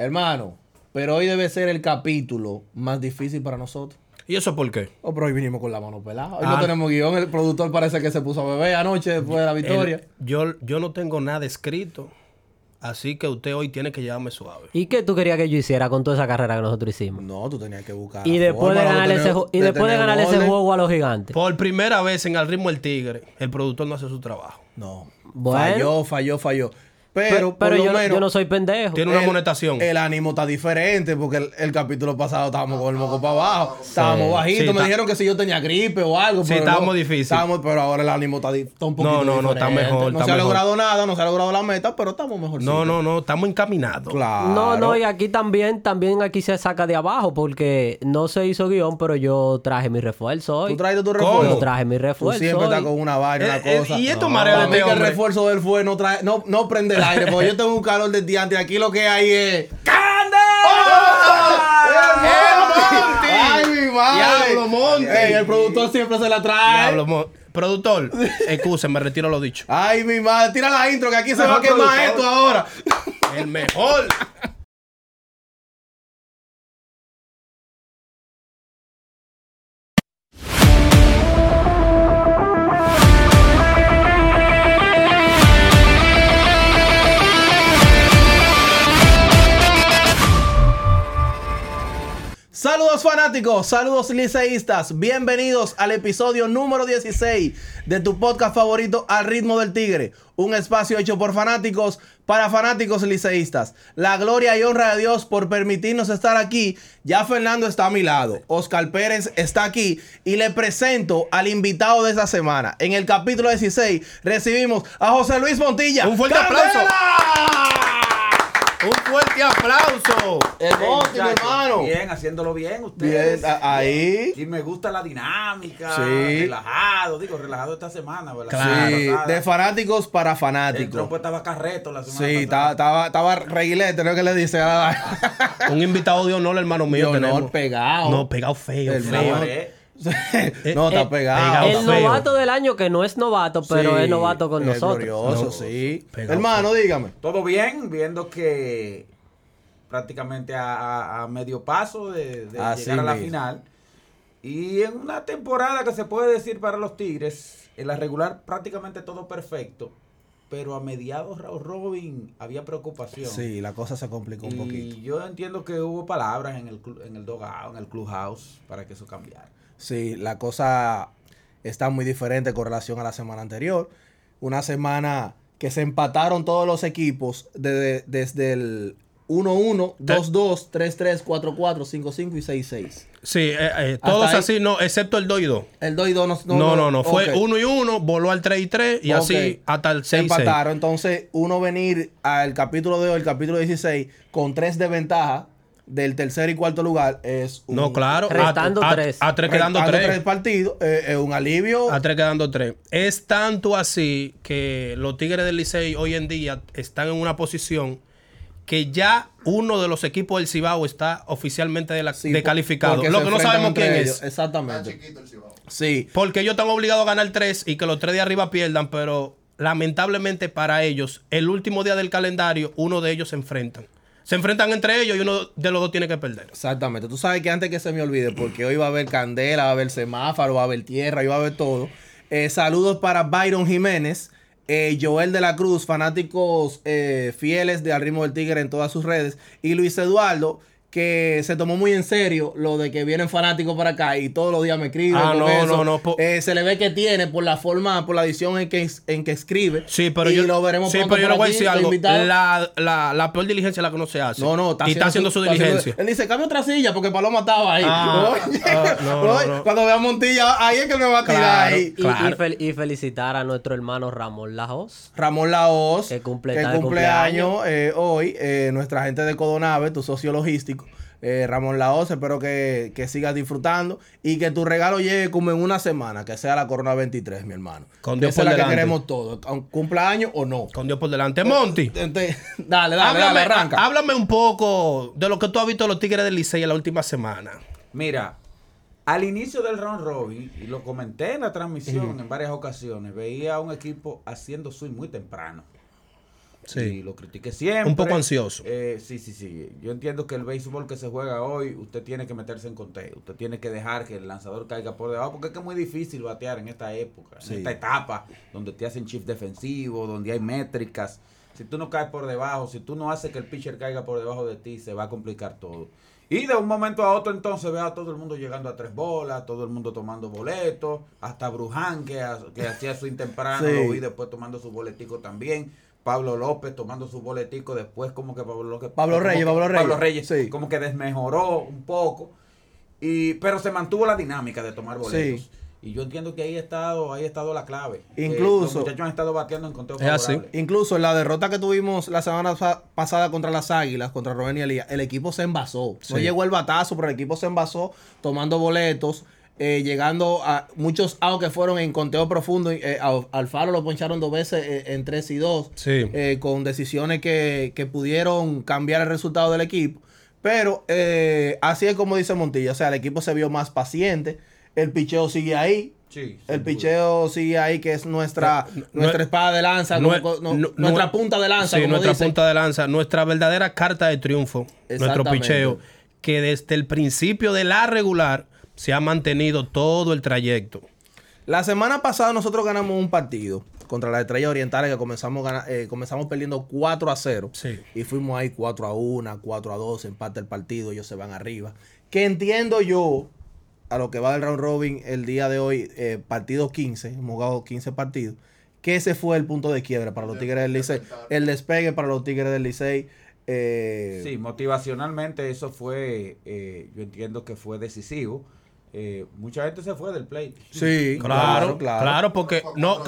Hermano, pero hoy debe ser el capítulo más difícil para nosotros. ¿Y eso por qué? Oh, pero hoy vinimos con la mano pelada. Hoy no tenemos guión. El productor parece que se puso a beber anoche después de la victoria. Yo no tengo nada escrito, así que usted hoy tiene que llevarme suave. ¿Y qué tú querías que yo hiciera con toda esa carrera que nosotros hicimos? No, tú tenías que buscar. Y después de ganar ese juego a los gigantes. Por primera vez en Al Ritmo del Tigre, el productor no hace su trabajo. No. Bueno. Falló. Pero por lo yo menos, no soy pendejo. Tiene una monetación. El ánimo está diferente porque el capítulo pasado estábamos con el moco para abajo. Estábamos bajitos. Sí, me dijeron que si yo tenía gripe o algo. Sí, pero estábamos difícil. Pero ahora el ánimo está un poquito diferente. No, está mejor. No se ha logrado nada, no se ha logrado la meta, pero estamos mejor. No, estamos encaminados. Claro. No, y aquí también aquí se saca de abajo porque no se hizo guión, pero yo traje mi refuerzo hoy. ¿Tú trajiste tu refuerzo? Yo traje mi refuerzo. Tú siempre estás con una vaina, una cosa. Y esto mareo de Para mí este que el hombre. refuerzo del fue no prende el aire, porque yo tengo un calor de diante. Aquí lo que hay es... ¡Cande! ¡Monty! ¡Ay, mi madre! ¡Diablo, Monty! El productor siempre se la trae. Productor, excuse, me retiro lo dicho. ¡Ay, mi madre! Tira la intro, que aquí se va a quemar esto ahora. El mejor. Saludos fanáticos, saludos liceístas, bienvenidos al episodio número 16 de tu podcast favorito Al Ritmo del Tigre, un espacio hecho por fanáticos para fanáticos liceístas. La gloria y honra de Dios por permitirnos estar aquí. Ya Fernando está a mi lado, Oscar Pérez está aquí y le presento al invitado de esta semana. En el capítulo 16 recibimos a José Luis Montilla. ¡Un fuerte aplauso! ¡Un fuerte aplauso! El Monty, mi hermano. Bien, haciéndolo bien ustedes. Bien, ahí. Y me gusta la dinámica. Sí. Relajado esta semana, ¿verdad? Sí, de fanáticos para El fanáticos. trompo estaba carreto la semana Sí, pasada. estaba reguilete, ¿no es que le dice? Un invitado de honor, hermano mío. De honor, tenemos. pegado. No, pegado feo, El feo. No, está pegado. El feo. novato del año que no es novato, pero Sí, es novato con es nosotros. glorioso, No, sí. pegado Hermano, dígame. Todo bien, viendo que prácticamente a medio paso de Así llegar a la mismo. final. Y en una temporada que se puede decir para los Tigres, en la regular prácticamente todo perfecto. Pero a mediados round robin había preocupación. Sí, la cosa se complicó un poquito. Y yo entiendo que hubo palabras en el dugout, en el clubhouse, para que eso cambiara. Sí, la cosa está muy diferente con relación a la semana anterior. Una semana que se empataron todos los equipos desde el 1-1, 2-2, 3-3, 4-4, 5-5 y 6-6. Sí, todos ahí. así, no, excepto el 2 y 2. El 2 y 2 No. Fue ok. 1 y 1, voló al 3 y 3 y así Ok. hasta el Se 6 y 6. empataron. Entonces, uno venir al capítulo de hoy, el capítulo 16, con 3 de ventaja del tercer y cuarto lugar es un... No, claro. Restando tres. A 3 quedando restando 3. partidos, es un alivio. A 3 quedando 3. Es tanto así que los Tigres del Licey hoy en día están en una posición que ya uno de los equipos del Cibao está oficialmente Sí, descalificado. porque Lo se que no enfrentan sabemos entre quién ellos. es. Exactamente. Sí. Porque ellos están obligados a ganar 3 y que los 3 de arriba pierdan, pero lamentablemente para ellos, el último día del calendario, uno de ellos se enfrentan. Se enfrentan entre ellos y uno de los dos tiene que perder. Exactamente. Tú sabes que antes que se me olvide, porque hoy va a haber candela, va a haber semáforo, va a haber tierra, y va a haber todo. Saludos para Byron Jiménez, Joel de la Cruz, fanáticos fieles de Al Ritmo del Tigre en todas sus redes, y Luis Eduardo, que se tomó muy en serio lo de que vienen fanáticos para acá y todos los días me escriben. No. Se le ve que tiene por la forma, por la edición en que escribe. Sí, pero y yo lo veremos sí, pronto pero yo por le voy a aquí, decir algo. invitado. La peor diligencia es la que no se hace. No, y está haciendo su diligencia. Él dice, cambia otra silla porque Paloma estaba ahí. No. Cuando vea a Montilla, ahí es que me va a tirar Claro. ahí. Claro. Y felicitar a nuestro hermano Ramón Lajos. Ramón Laos, Que cumple años hoy, nuestra gente de Codonave, tu socio logístico. Ramón Laos, espero que sigas disfrutando y que tu regalo llegue como en una semana, que sea la Corona 23, mi hermano. Con Que Dios esa es por la que delante. queremos todos, cumpleaños o no. Con Dios por delante. Monty, Dale, arranca. háblame un poco de lo que tú has visto de los Tigres del Licey en la última semana. Mira, al inicio del round robin, y lo comenté en la transmisión en varias ocasiones, veía a un equipo haciendo swing muy temprano. Sí. Y lo critiqué siempre. Un poco ansioso. Sí. Yo entiendo que el béisbol que se juega hoy, usted tiene que meterse en conteo. Usted tiene que dejar que el lanzador caiga por debajo, porque es que es muy difícil batear en esta época, en esta etapa, donde te hacen shift defensivo, donde hay métricas. Si tú no caes por debajo, si tú no haces que el pitcher caiga por debajo de ti, se va a complicar todo. Y de un momento a otro entonces ve a todo el mundo llegando a 3 bolas, todo el mundo tomando boletos, hasta Bruján que hacía swing temprano, Sí. lo vi después tomando su boletico también. Pablo López tomando su boletico, después como que Pablo Reyes Sí. como que desmejoró un poco, pero se mantuvo la dinámica de tomar boletos. Sí. Y yo entiendo que ahí ha estado la clave. Incluso- los muchachos han estado bateando en conteo Es así. favorable. Incluso en la derrota que tuvimos la semana pasada contra las Águilas, contra Rubén y Elías, el equipo se envasó. No Sí. llegó el batazo, pero el equipo se envasó tomando boletos, llegando a muchos outs que fueron en conteo profundo. Alfaro lo poncharon 2 veces en 3 y 2, Sí. con decisiones que pudieron cambiar el resultado del equipo. Pero así es como dice Montilla, o sea, el equipo se vio más paciente, el picheo sigue ahí. Sí, El sin picheo sigue ahí, que es nuestra espada de lanza, nuestra punta de lanza. Sí, como nuestra dicen. punta de lanza. Nuestra verdadera carta de triunfo. Nuestro Exactamente. picheo. Que desde el principio de la regular se ha mantenido todo el trayecto. La semana pasada nosotros ganamos un partido contra las Estrellas Orientales que comenzamos perdiendo 4-0. Sí. Y fuimos ahí 4-1, 4-2, empate el partido, ellos se van arriba. Que entiendo yo, a lo que va del round robin el día de hoy, partido 15, hemos jugado 15 partidos, que ese fue el punto de quiebre para los Tigres del Licey. El despegue para los Tigres del Licey. Sí, motivacionalmente eso fue, yo entiendo que fue decisivo. Mucha gente se fue del play. Sí, Claro, porque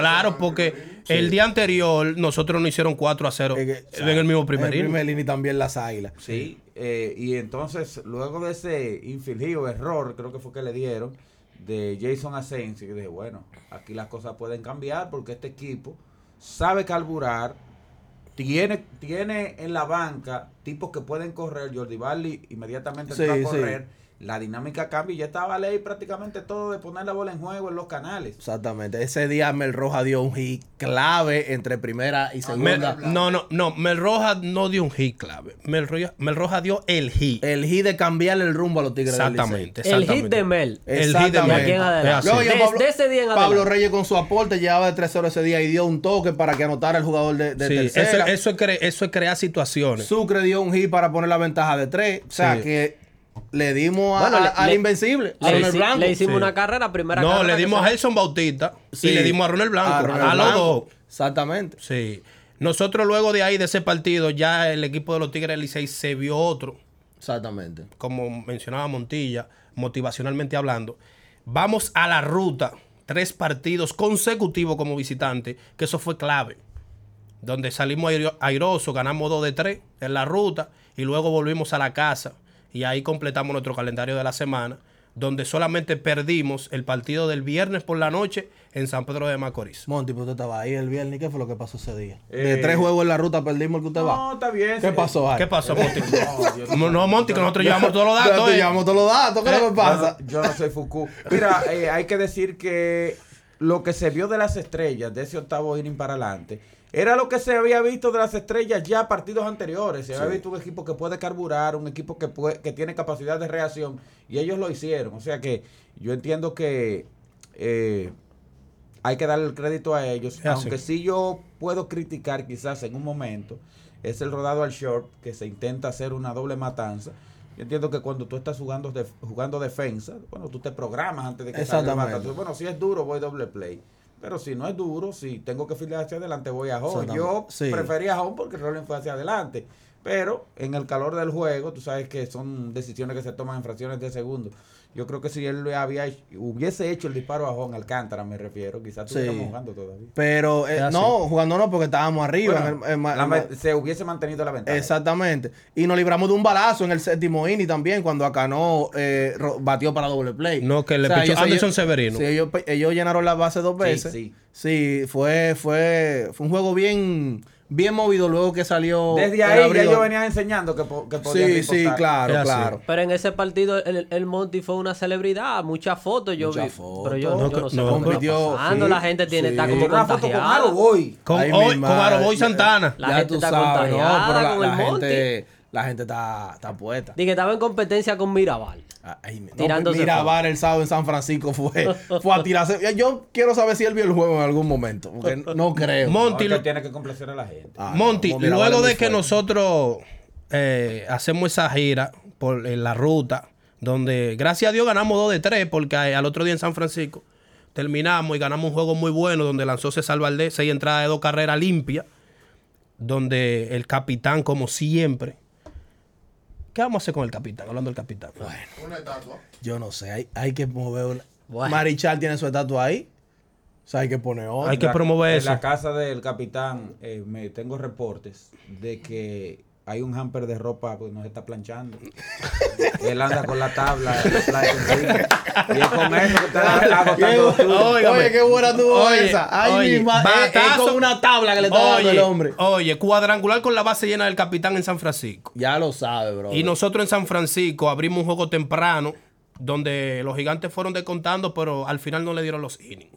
el día anterior nosotros nos hicieron 4-0 en el mismo primer En el inning. primer inning también las Águilas. Sí, y entonces luego de ese infligido error, creo que fue que le dieron, de Jason Asensio, yo dije, bueno, aquí las cosas pueden cambiar porque este equipo sabe carburar, tiene en la banca tipos que pueden correr. Jordi Barley inmediatamente Sí, entró a sí. correr. La dinámica cambia y ya estaba ley prácticamente todo de poner la bola en juego en los canales. Exactamente. Ese día Mel Rojas dio un hit clave entre primera y segunda. Mel Rojas no dio un hit clave. Mel Rojas dio el hit. El hit de cambiarle el rumbo a los Tigres del Licey. Exactamente. El hit de Mel. El hit de De aquí en Mel. adelante. Es así. Luego ya Desde ese día en Pablo adelante. Reyes con su aporte llevaba de 3-0 ese día y dio un toque para que anotara el jugador de Sí, tercera. eso es crear situaciones. Sucre dio un hit para poner la ventaja de 3. O sea Sí. que le dimos Bueno, al Invencible, a Ronald Blanco. Le hicimos Sí. una carrera, primera No, carrera. le dimos que a se- Gelson Bautista Sí. y le dimos a Ronald Blanco. Ronald A los Blanco. dos. Exactamente. Sí. Nosotros luego de ahí, de ese partido, ya el equipo de los Tigres del Licey se vio otro. Exactamente. Como mencionaba Montilla, motivacionalmente hablando. Vamos a la ruta. 3 partidos consecutivos como visitante, que eso fue clave. Donde salimos airosos, ganamos 2 de 3 en la ruta y luego volvimos a la casa. Y ahí completamos nuestro calendario de la semana, donde solamente perdimos el partido del viernes por la noche en San Pedro de Macorís. Monty, pues usted estaba ahí el viernes. ¿Qué fue lo que pasó ese día? De 3 juegos en la ruta perdimos el que usted No, va. está bien. ¿Qué sí. pasó, Ay? ¿Qué pasó, Monti? No, No, Monti, que nosotros llevamos todos los Ya datos. te llevamos todos los datos. ¿Qué es lo que pasa? Yo no soy Foucault. Mira, hay que decir que lo que se vio de las Estrellas de ese octavo inning para adelante era lo que se había visto de las Estrellas ya partidos anteriores. Se había visto un equipo que puede carburar, un equipo que tiene capacidad de reacción, y ellos lo hicieron. O sea que yo entiendo que hay que darle el crédito a ellos, Es así. aunque sí yo puedo criticar quizás en un momento es el rodado al short, que se intenta hacer una doble matanza. Yo entiendo que cuando tú estás jugando defensa, bueno, tú te programas antes de que salga el Exactamente. batazo. Bueno, si es duro, voy doble play. Pero si no es duro, si tengo que filar hacia adelante, voy a home. Exactamente. Yo Sí. prefería home porque Rolling fue hacia adelante. Pero en el calor del juego, tú sabes que son decisiones que se toman en fracciones de segundo. Yo creo que si él hubiese hecho el disparo a home, Alcántara me refiero, quizás estuviéramos Sí. jugando todavía. Pero no, jugando no, porque estábamos arriba. Bueno, se hubiese mantenido la ventaja. Exactamente. Y nos libramos de un balazo en el séptimo inning también, cuando Acanó batió para doble play. No, que le pichó Anderson Severino. Sí, ellos llenaron la base 2 veces. sí. Sí, fue un juego bien bien movido luego que salió. Desde el ahí ya abridor. yo venía enseñando que podía Sí, sí, claro, Es así. claro. Pero en ese partido el Monty fue una celebridad, muchas fotos yo Muchas vi. fotos. Pero yo no sé No, cómo está compitió, pasando, sí, la gente tiene sí. está como Una foto con contagiada. Aro Boy. Ay, Con mi madre. Aroboy Santana. La gente está contagiada con el Monty. La gente está puesta. Dije que estaba en competencia con Mirabal. Ay, no, Tirándose Mirabal el sábado en San Francisco fue a tirarse. Yo quiero saber si él vio el juego en algún momento. Porque no creo. Monty, No, que tiene que complacer a la gente. Ah, Monty, no, Mirabal luego es muy de que fuerte. nosotros hacemos esa gira en la ruta, donde gracias a Dios ganamos 2 de 3, porque al otro día en San Francisco terminamos y ganamos un juego muy bueno, donde lanzó César Valdés 6 entradas de 2 carreras limpias, donde el capitán, como siempre. ¿Qué vamos a hacer con el capitán? Hablando del capitán. Una estatua. Yo no sé. Hay que mover una. Bueno. Marichal tiene su estatua ahí. O sea, hay que poner otra. Hay que promover En eso. la casa del capitán me tengo reportes de que hay un hamper de ropa que nos está planchando. Él anda con la tabla, la de y es con eso que está agotando los tuyos. Óigame. Oye, qué buena tuvo Oye, esa. Ay, oye, mi madre. Es batazo. con una tabla que le está dando el hombre. Oye, cuadrangular con la base llena del capitán en San Francisco. Ya lo sabe, bro. Y nosotros en San Francisco abrimos un juego temprano donde los gigantes fueron descontando, pero al final no le dieron los innings.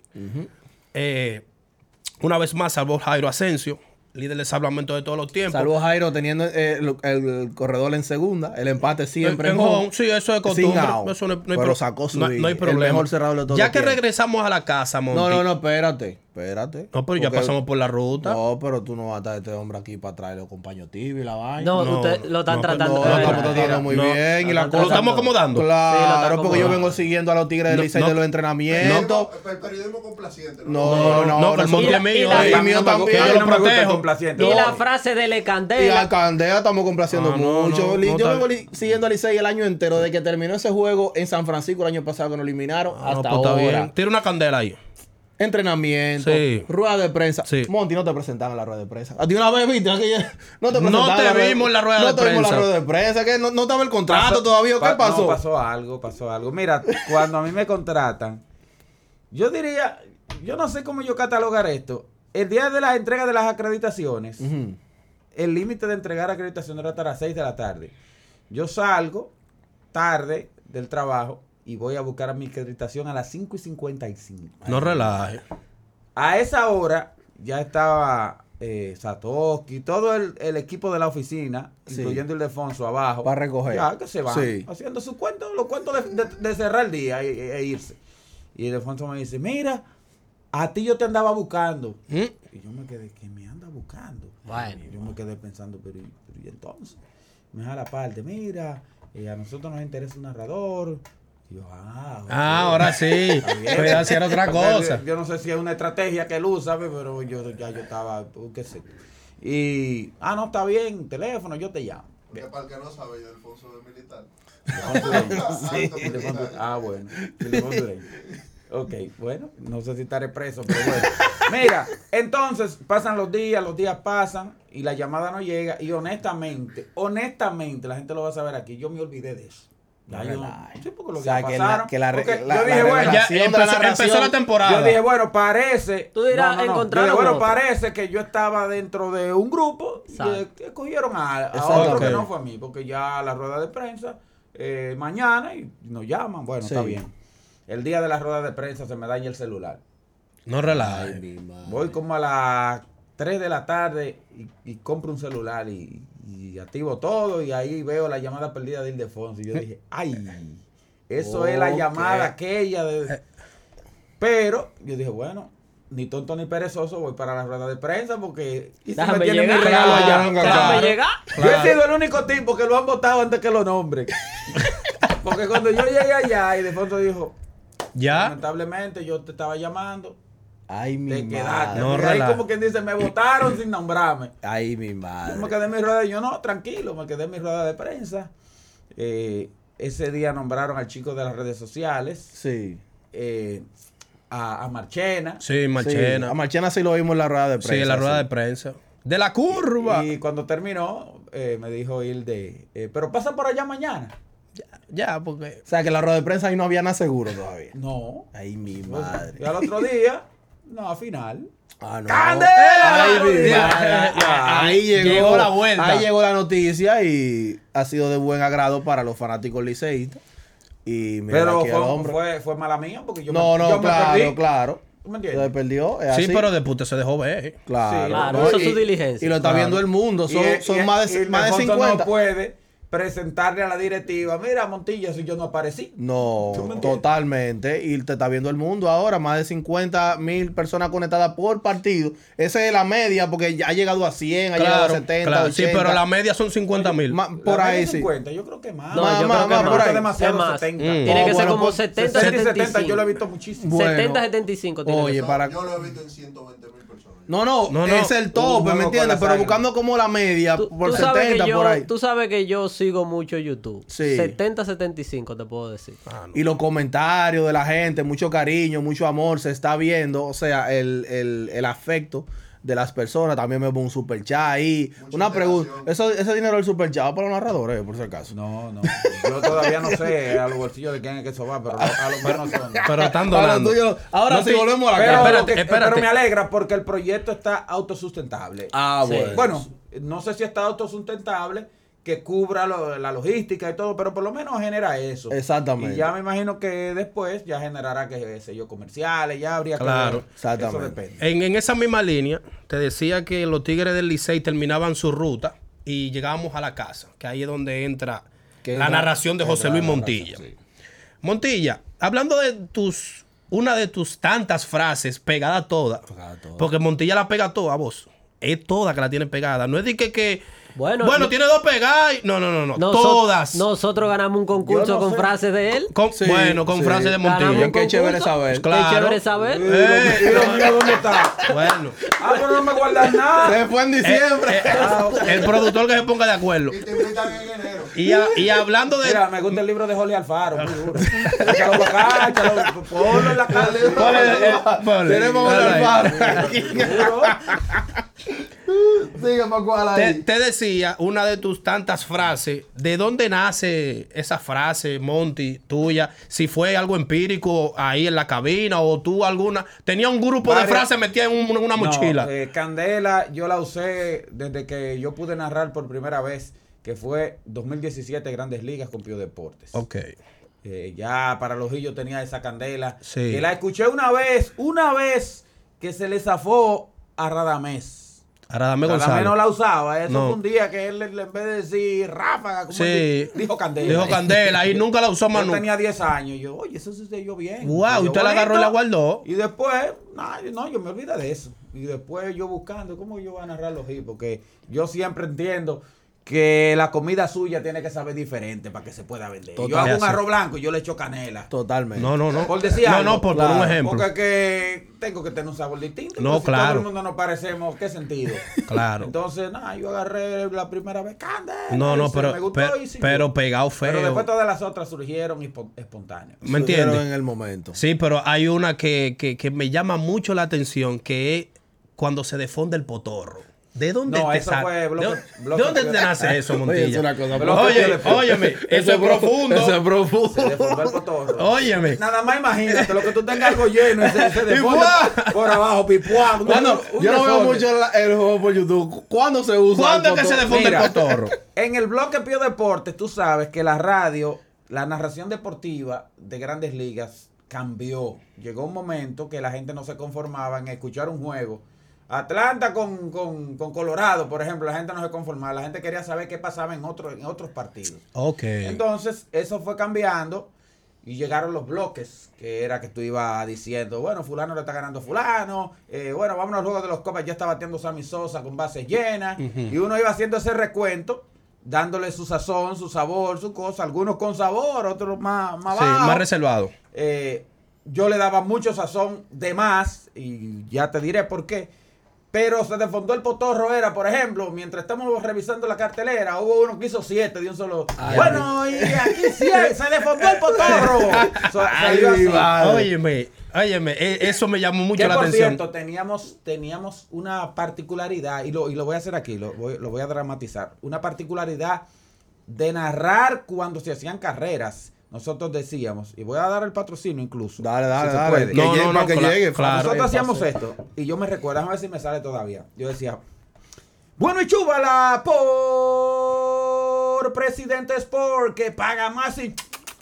Una vez más salvó Jairo Asensio, líder de salvamento de todos los tiempos. Saludos, Jairo, teniendo el corredor en segunda. El empate siempre En home, sí, eso es Sin costumbre. out. Eso no hay Pero pro- sacó su no día. hay El problema. mejor cerrador de todos Ya los que tiempos. regresamos a la casa, Monty. No, espérate. No, pero ya Porque- pasamos por la ruta. No, pero tú no vas a estar este hombre aquí para traerle compañero tibio y la vaina. No, No, usted lo están no, tratando. No, de lo verdad. estamos tratando muy No, bien. Y la lo cosa- estamos acomodando. Sí, lo está Claro, porque yo acomodando. vengo siguiendo a los Tigres del Licey no, de los entrenamientos. El periodismo complaciente. No, No, que el Monty es mío. y la- Ay, y mío también. que yo A mí lo no me gusta el protejo. complaciente. Y No. la frase de Le Y a Candela. Candela estamos complaciendo no, mucho. no, Yo está vengo bien. siguiendo a Licey el año entero, desde que terminó ese juego en San Francisco el año pasado que nos eliminaron No, hasta pues está ahora. bien. Tira una candela ahí. Entrenamiento, Sí. rueda de prensa. Sí. Monty, no te presentaban en la rueda de prensa. A ti una vez viste aquella- no te No presentaban te en la vimos en la rueda no de te vimos en la prensa. rueda de prensa. ¿Qué? No estaba el contrato todavía. ¿Qué pasó? No, pasó algo. Mira, cuando a mí me contratan, yo diría, yo no sé cómo yo catalogar esto. El día de la entrega de las acreditaciones, Ujú. el límite de entregar acreditación era hasta las 6 de la tarde. Yo salgo tarde del trabajo y voy a buscar mi acreditación a las 5:55. No relaje. A esa hora ya estaba Satoshi, todo el equipo de la oficina, Sí. incluyendo el Ildefonso abajo. Para recoger. Ya que se van Sí. haciendo sus cuentos, los cuentos de cerrar el día e irse. Y Ildefonso me dice, mira, a ti yo te andaba buscando. ¿Mm? Y yo me quedé, que me anda buscando. Bueno. Y yo me quedé pensando, pero ¿y entonces? Me da la parte, mira, a nosotros nos interesa un narrador. Y yo, ok. Ahora sí. Está bien. Voy a hacer otra cosa. Yo no sé si es una estrategia que él usa, pero yo estaba, qué sé. Y, no, está bien, teléfono, yo te llamo. Porque para el que no sabe, yo Alfonso es militar. Bueno. Ildefonso Ureña. Ok, bueno, no sé si estaré preso, pero bueno. Mira, entonces pasan los días pasan y la llamada no llega y honestamente, la gente lo va a saber aquí, yo me olvidé de eso. Ya yo, sí, porque los O sea, días que pasaron. porque yo dije, bueno, Ya revelación de la narración. empezó la temporada. yo dije, bueno, parece. Tú dirás, Yo encontraron dije, bueno, otro. parece que yo estaba dentro de un grupo Exacto. que cogieron a Exacto. otro Ok. que no fue a mí, porque ya la rueda de prensa mañana y nos llaman. Bueno, Sí. está bien. El día de la rueda de prensa se me daña el celular. No relaje. Voy como a las 3 de la tarde y compro un celular y activo todo y ahí veo la llamada perdida de Ildefonso. Y yo dije, ay, eso es la Ok. llamada aquella de... Pero yo dije, bueno, ni tonto ni perezoso, voy para la rueda de prensa porque... ¿y si Déjame me tienen mi llegar. regalo allá? Claro, Déjame claro. llegar. Yo he sido el único tipo que lo han votado antes que lo nombre. Porque cuando yo llegué allá, Ildefonso dijo, Ya. lamentablemente yo te estaba llamando, Ay, mi te madre. quedaste. No, Porque ahí relaja. como quien dice, me votaron sin nombrarme. Ay, mi Yo me madre. quedé en mi rueda y yo no, tranquilo, me quedé en mi rueda de prensa. Ese día nombraron al chico de las redes sociales, Sí. a Marchena. Sí, Sí, Marchena. a Marchena sí lo vimos en la rueda de prensa. Sí, en la rueda sí. de prensa. De la curva. Y cuando terminó, me dijo Hilde, pero pasa por allá mañana. Ya, porque. O sea, que en la rueda de prensa ahí no había nada seguro todavía. No. Ay, mi Pues, madre. y al otro día No, final. Ah, no. ¡Candela! Ahí Llegó la vuelta. Ahí llegó la noticia y ha sido de buen agrado para los fanáticos liceístas. Y mira Pero aquí al hombre. fue mala mía porque yo No, yo claro, claro. ¿Tú me Se entiendes? perdió. Es Sí, así. pero después se dejó ver. Claro. Sí, claro, eso es su Y- diligencia. Y lo está viendo el mundo. Son más de Alfonso 50. no puede presentarle a la directiva, mira Montilla, si yo no aparecí. No, ¿Tú me entiendes? totalmente. Y te está viendo el mundo ahora. Más de 50,000 personas conectadas por partido. Esa es la media porque ya ha llegado a 100, ha llegado a 70, claro. 80. Sí, pero la media son 50,000. Por La ahí media sí. 50, yo creo que más. No, Más, yo más, creo que más, más. por ahí. Es demasiado Es más. 70. Tiene que ser bueno, como pues, 70, 60 y 70 yo 75. lo he visto muchísimo. Bueno. 70, 75 tiene Oye, que ser. para... Yo lo he visto en 120,000 personas. No, es el Un tope, juego ¿me con entiendes? las Pero águilas. buscando como la media por 70 por ahí. Tú sabes que yo sigo mucho YouTube. Sí. 70, 75 te puedo decir. Y los comentarios de la gente, mucho cariño, mucho amor, se está viendo. O sea, el afecto de las personas. También me pongo un super chat ahí. Mucha Una pregunta. interacción. Ese dinero del super chat va para los narradores, por si acaso. No, yo todavía no sé a los bolsillos de quién es que eso va, pero a lo menos son. Pero están Ahora, donando. ahora No sí te- volvemos a la Pero, cara. Espérate, espérate. pero me alegra porque el proyecto está autosustentable. Ah, Sí. bueno. Bueno, no sé si está autosustentable, que cubra la logística y todo, pero por lo menos genera eso. Exactamente. Y ya me imagino que después ya generará, que sé yo, comerciales, ya habría Claro. que ver. Exactamente. Eso depende. En esa misma línea, te decía que los Tigres del Licey terminaban su ruta y llegábamos a la casa, que ahí es donde entra Que la entra- narración de José entra Luis la Montilla. narración, sí. Montilla, hablando de una de tus tantas frases pegada toda, porque Montilla la pega toda, vos. Es toda que la tiene pegada. No es de que Bueno, tiene dos pegadas. No. Todas. Nosotros ganamos un concurso Yo no con sé. frases de él. Con Sí, con sí. frases de Ganamos Montilla. un Qué chévere concurso. saber. Claro. Qué chévere saber. ¿Y lo mío dónde está? Bueno. Pero no me guardas nada. Se fue en diciembre. El productor que se ponga de acuerdo. Y te invitan en enero. Y hablando de... Mira, me gusta el libro de Jorge Alfaro, muy duro. Échalo para acá, échalo, ponlo en la cara. Ponle. Tenemos Dale el ahí. alfaro. Duro. Sigue Pascual ahí. Te decía una de tus tantas frases. ¿De dónde nace esa frase, Monty, tuya? Si fue algo empírico ahí en la cabina o tú alguna... Tenía un grupo de Varias- frases metidas en una mochila. No, Candela yo la usé desde que yo pude narrar por primera vez, que fue 2017 Grandes Ligas con Pío Deportes. Ok. Ya para los yo tenía esa candela. Sí. Que la escuché una vez que se le zafó a Radamés. Aradame Radamés González. no la usaba. Eso No. fue un día que él en vez de decir ráfaga, como Sí. él dijo candela. Dijo Candela y nunca la usó más Yo nunca. tenía 10 años. Y yo, oye, eso sucedió bien. Wow, Salió usted la agarró y la bonito. guardó. Y después, no, yo me olvidé de eso. Y después yo buscando, ¿cómo yo voy a narrar los hits? Porque yo siempre entiendo que la comida suya tiene que saber diferente para que se pueda vender. Total. Yo hago un Así. arroz blanco y yo le echo canela. Totalmente. No. Por decir No, algo. por Claro, un ejemplo. Porque que tengo que tener un sabor distinto. No, porque si claro. todo el mundo nos parecemos, ¿qué sentido? Claro. Entonces, yo agarré la primera vez candela. No, y pero, me gustó y siguió. pero pegado feo. Pero después todas las otras surgieron espontáneas. ¿Me Surgieron entiendes? en el momento. Sí, pero hay una que me llama mucho la atención, que es cuando se defonde el potorro. ¿De dónde No, te eso sale? fue bloque- ¿De bloque dónde de- te nace eso, Oye, Montilla? es una cosa Pero- Óyeme, eso es profundo. Eso es profundo. Se defondó el cotorro. Óyeme. Nada más imagínate lo que tú tengas algo lleno y se defonde ¡Pipuá! por abajo, pipuá. Bueno, Un yo no veo desorden. mucho el juego por YouTube. ¿Cuándo se usa? ¿Cuándo el es que se botón? defonde Mira. el cotorro? En el bloque Pío Deportes, tú sabes que la radio, la narración deportiva de Grandes Ligas cambió. Llegó un momento que la gente no se conformaba en escuchar un juego. Atlanta con Colorado, por ejemplo, la gente no se conformaba. La gente quería saber qué pasaba en otros partidos. Ok. Entonces, eso fue cambiando y llegaron los bloques, que era que tú ibas diciendo, bueno, fulano le está ganando a fulano, bueno, vámonos al juego de los copas, ya está bateando Sammy Sosa con bases llenas, y uno iba haciendo ese recuento, dándole su sazón, su sabor, su cosa, algunos con sabor, otros más Sí, bajo. más reservado. Yo le daba mucho sazón de más, y ya te diré por qué. Pero se defondó el potorro, era, por ejemplo, mientras estamos revisando la cartelera, hubo uno que hizo 7 de un solo. Ay, bueno, y aquí 100, se defondó el potorro. Salió así. Óyeme, eso me llamó mucho Que la por atención. cierto, teníamos una particularidad, y lo voy a hacer aquí, lo voy a dramatizar. Una particularidad de narrar cuando se hacían carreras. nosotros decíamos, y voy a dar el patrocinio incluso. Dale, si dale, se dale. puede. Que llegue, para que claro, llegue. claro. Nosotros hacíamos esto, y yo me recuerdo, déjame ver si me sale todavía. Yo decía, bueno, y chúbala por Presidente Sport, que paga más y...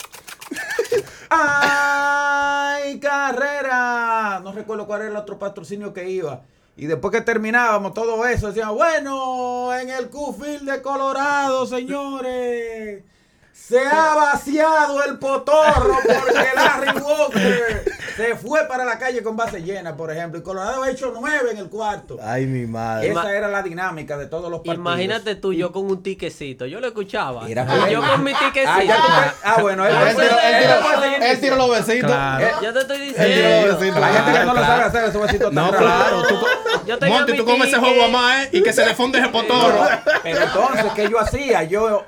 ¡Ay, carrera! No recuerdo cuál era el otro patrocinio que iba. Y después que terminábamos todo eso, decían, bueno, en el Q-Field de Colorado, señores, se ha vaciado el potorro porque Larry Walker se fue para la calle con base llena, por ejemplo. Y Colorado ha hecho 9 en el cuarto. Ay, mi madre. Esa era la dinámica de todos los partidos. Imagínate tú, yo con un tiquecito. Yo lo escuchaba. Era Y yo bueno. con mi tiquecito. Bueno, Él tiró los besitos. Claro. Yo te estoy Él tiró diciendo. los besitos. La gente que no lo Claro. sabe hacer esos besitos No, tan claro. raros. Yo tenía Monty, mi tú comes ese ticket. juego a más, y que se le funde ese potorro. Pero entonces, ¿qué yo hacía? Yo,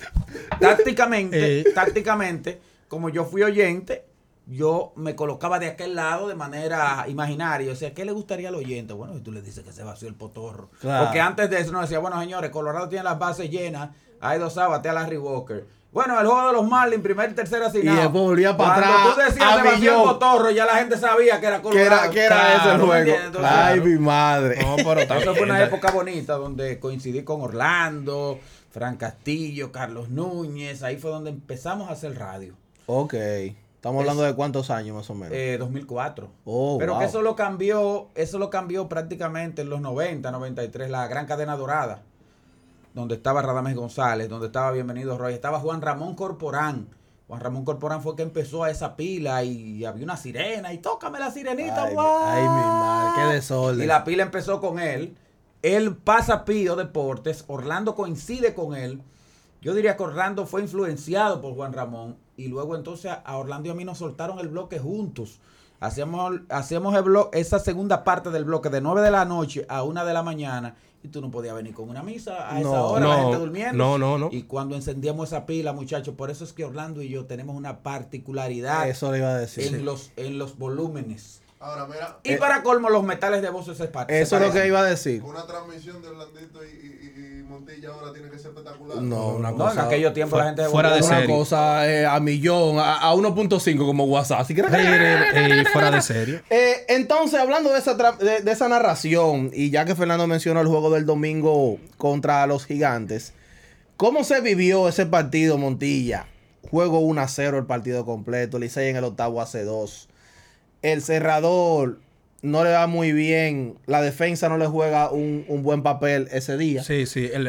tácticamente, como yo fui oyente, yo me colocaba de aquel lado de manera imaginaria. O sea, ¿qué le gustaría al oyente? Bueno, y tú le dices que se vació el potorro. Claro. Porque antes de eso nos decía, bueno, señores, Colorado tiene las bases llenas, hay 2 outs, batea a Larry Walker. Bueno, el juego de los Marlins, primer y tercer asignado. Y después volvía para Cuando atrás, tú decías a se vació millón. el potorro, ya la gente sabía que era Que Colorado. era ese el Claro, ¿me juego. entiendes? Entonces, Ay, mi madre. No, pero eso fue una también. época bonita donde coincidí con Orlando, Fran Castillo, Carlos Núñez. Ahí fue donde empezamos a hacer radio. Ok. Estamos hablando de cuántos años más o menos. 2004. Oh, Pero wow. que eso lo cambió prácticamente en los 90, 93, la gran cadena dorada. Donde estaba Radamés González, donde estaba Bienvenido Roy, estaba Juan Ramón Corporán. Juan Ramón Corporán fue que empezó a esa pila y había una sirena y tócame la sirenita, Ay, guau. ay, mi madre, qué desorden. Y la pila empezó con él. Él pasa a Pío Deportes, Orlando coincide con él. Yo diría que Orlando fue influenciado por Juan Ramón y luego entonces a Orlando y a mí nos soltaron el bloque juntos. Hacíamos el bloque, esa segunda parte del bloque de 9 de la noche a 1 de la mañana y tú no podías venir con una misa a esa hora, la gente durmiendo. No. Y cuando encendíamos esa pila, muchachos, por eso es que Orlando y yo tenemos una particularidad Eso le iba a decir. en los volúmenes. Ahora, mira, Y para colmo, los metales de voces se Eso es lo que parecen. iba a decir. una transmisión de Orlandito y Montilla ahora tiene que ser espectacular. No, una No, cosa. en aquellos tiempos la gente fuera de Una serie. cosa a millón, a 1.5 como WhatsApp. Así que Fuera de serie. entonces, hablando de esa narración, y ya que Fernando mencionó el juego del domingo contra los Gigantes, ¿cómo se vivió ese partido, Montilla? Juego 1-0 el partido completo, Licey en el octavo hace 2. El cerrador no le va muy bien, la defensa no le juega un buen papel ese día. Sí,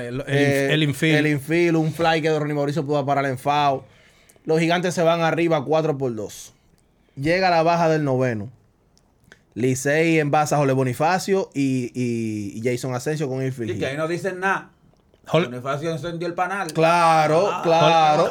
el infield. El infield, un fly que Ronnie Mauricio pudo parar en foul. Los Gigantes se van arriba 4-2. Llega la baja del noveno. Licey en base a Jorge Bonifacio y Jason Asensio con infield. Y que ahí no dicen nada. Jol- Bonifacio encendió el panal. Claro, claro.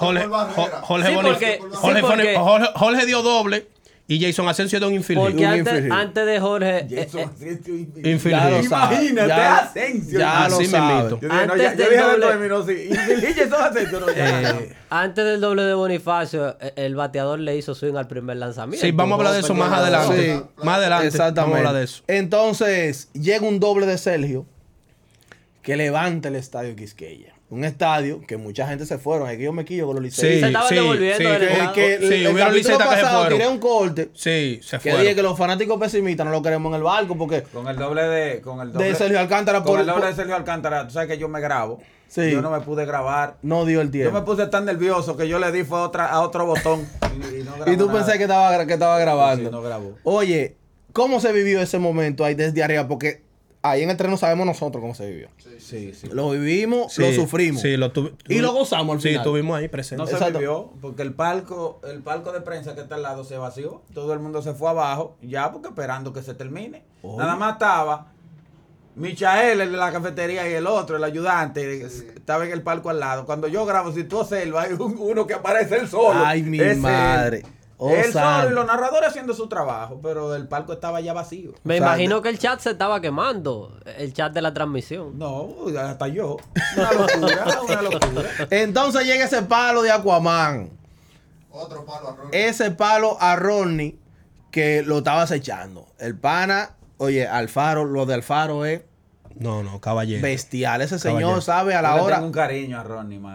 Jorge dio doble y Jason Asensio dio un infield. Porque Un antes, infield. antes de Jorge. Jason Asensio y- Infield. Ya lo hit. sabe. Imagínate, Ya- Asensio. Ya lo Así sabe. mismito. Yo dije, no, Antes yo del dije doble- dentro de mí, no, sí. Y Jason Asensio, no, ya. Antes del doble de Bonifacio, el bateador le hizo swing al primer lanzamiento. Sí, vamos a hablar de eso más adelante. Sí. Más adelante. Exactamente. Vamos a hablar de eso. Entonces, llega un doble de Sergio que levanta el estadio Quisqueya. Un estadio que mucha gente se fueron. Es que yo me quillo con los liceístas. Se estaban devolviendo del estado. Que Sí, el hubieron capítulo liceístas que se pasado fueron. tiré un corte Sí, se que dije fue. que los fanáticos pesimistas no lo queremos en el barco porque Con el doble de Sergio Alcántara Con el doble de Sergio Alcántara, tú sabes que yo me grabo. Sí. Yo no me pude grabar. no dio el Yo tiempo. me puse tan nervioso que yo le di fue a otro botón. Y no grabó Y tú nada. pensé que estaba grabando. Sí, no grabó. Oye, ¿cómo se vivió ese momento ahí desde arriba? Porque ahí en el terreno sabemos nosotros cómo se vivió. Sí, sí. Lo vivimos, Sí, lo sufrimos. Sí, Y lo gozamos al Sí, final. estuvimos ahí No presentes. se Exacto. vivió porque el palco de prensa que está al lado se vació. Todo el mundo se fue abajo, ya porque esperando que se termine. Oye. Nada más estaba Michael, el de la cafetería, y el otro, el ayudante, estaba en el palco al lado. Cuando yo grabo, si tú observas, hay uno que aparece él solo. Ay, mi Es él. madre. Oh, Él solo santo. y los narradores haciendo su trabajo, pero el palco estaba ya vacío. Me O sea, imagino que el chat se estaba quemando. El chat de la transmisión. No, hasta yo. Una locura, una locura. Entonces llega ese palo de Aquaman. Otro palo a Ronnie. Ese palo a Ronnie que lo estaba acechando. El pana, oye, Alfaro, lo de Alfaro es No, caballero. bestial. Ese señor Caballero. sabe a Yo la le hora. tengo un cariño a Ronnie, mano.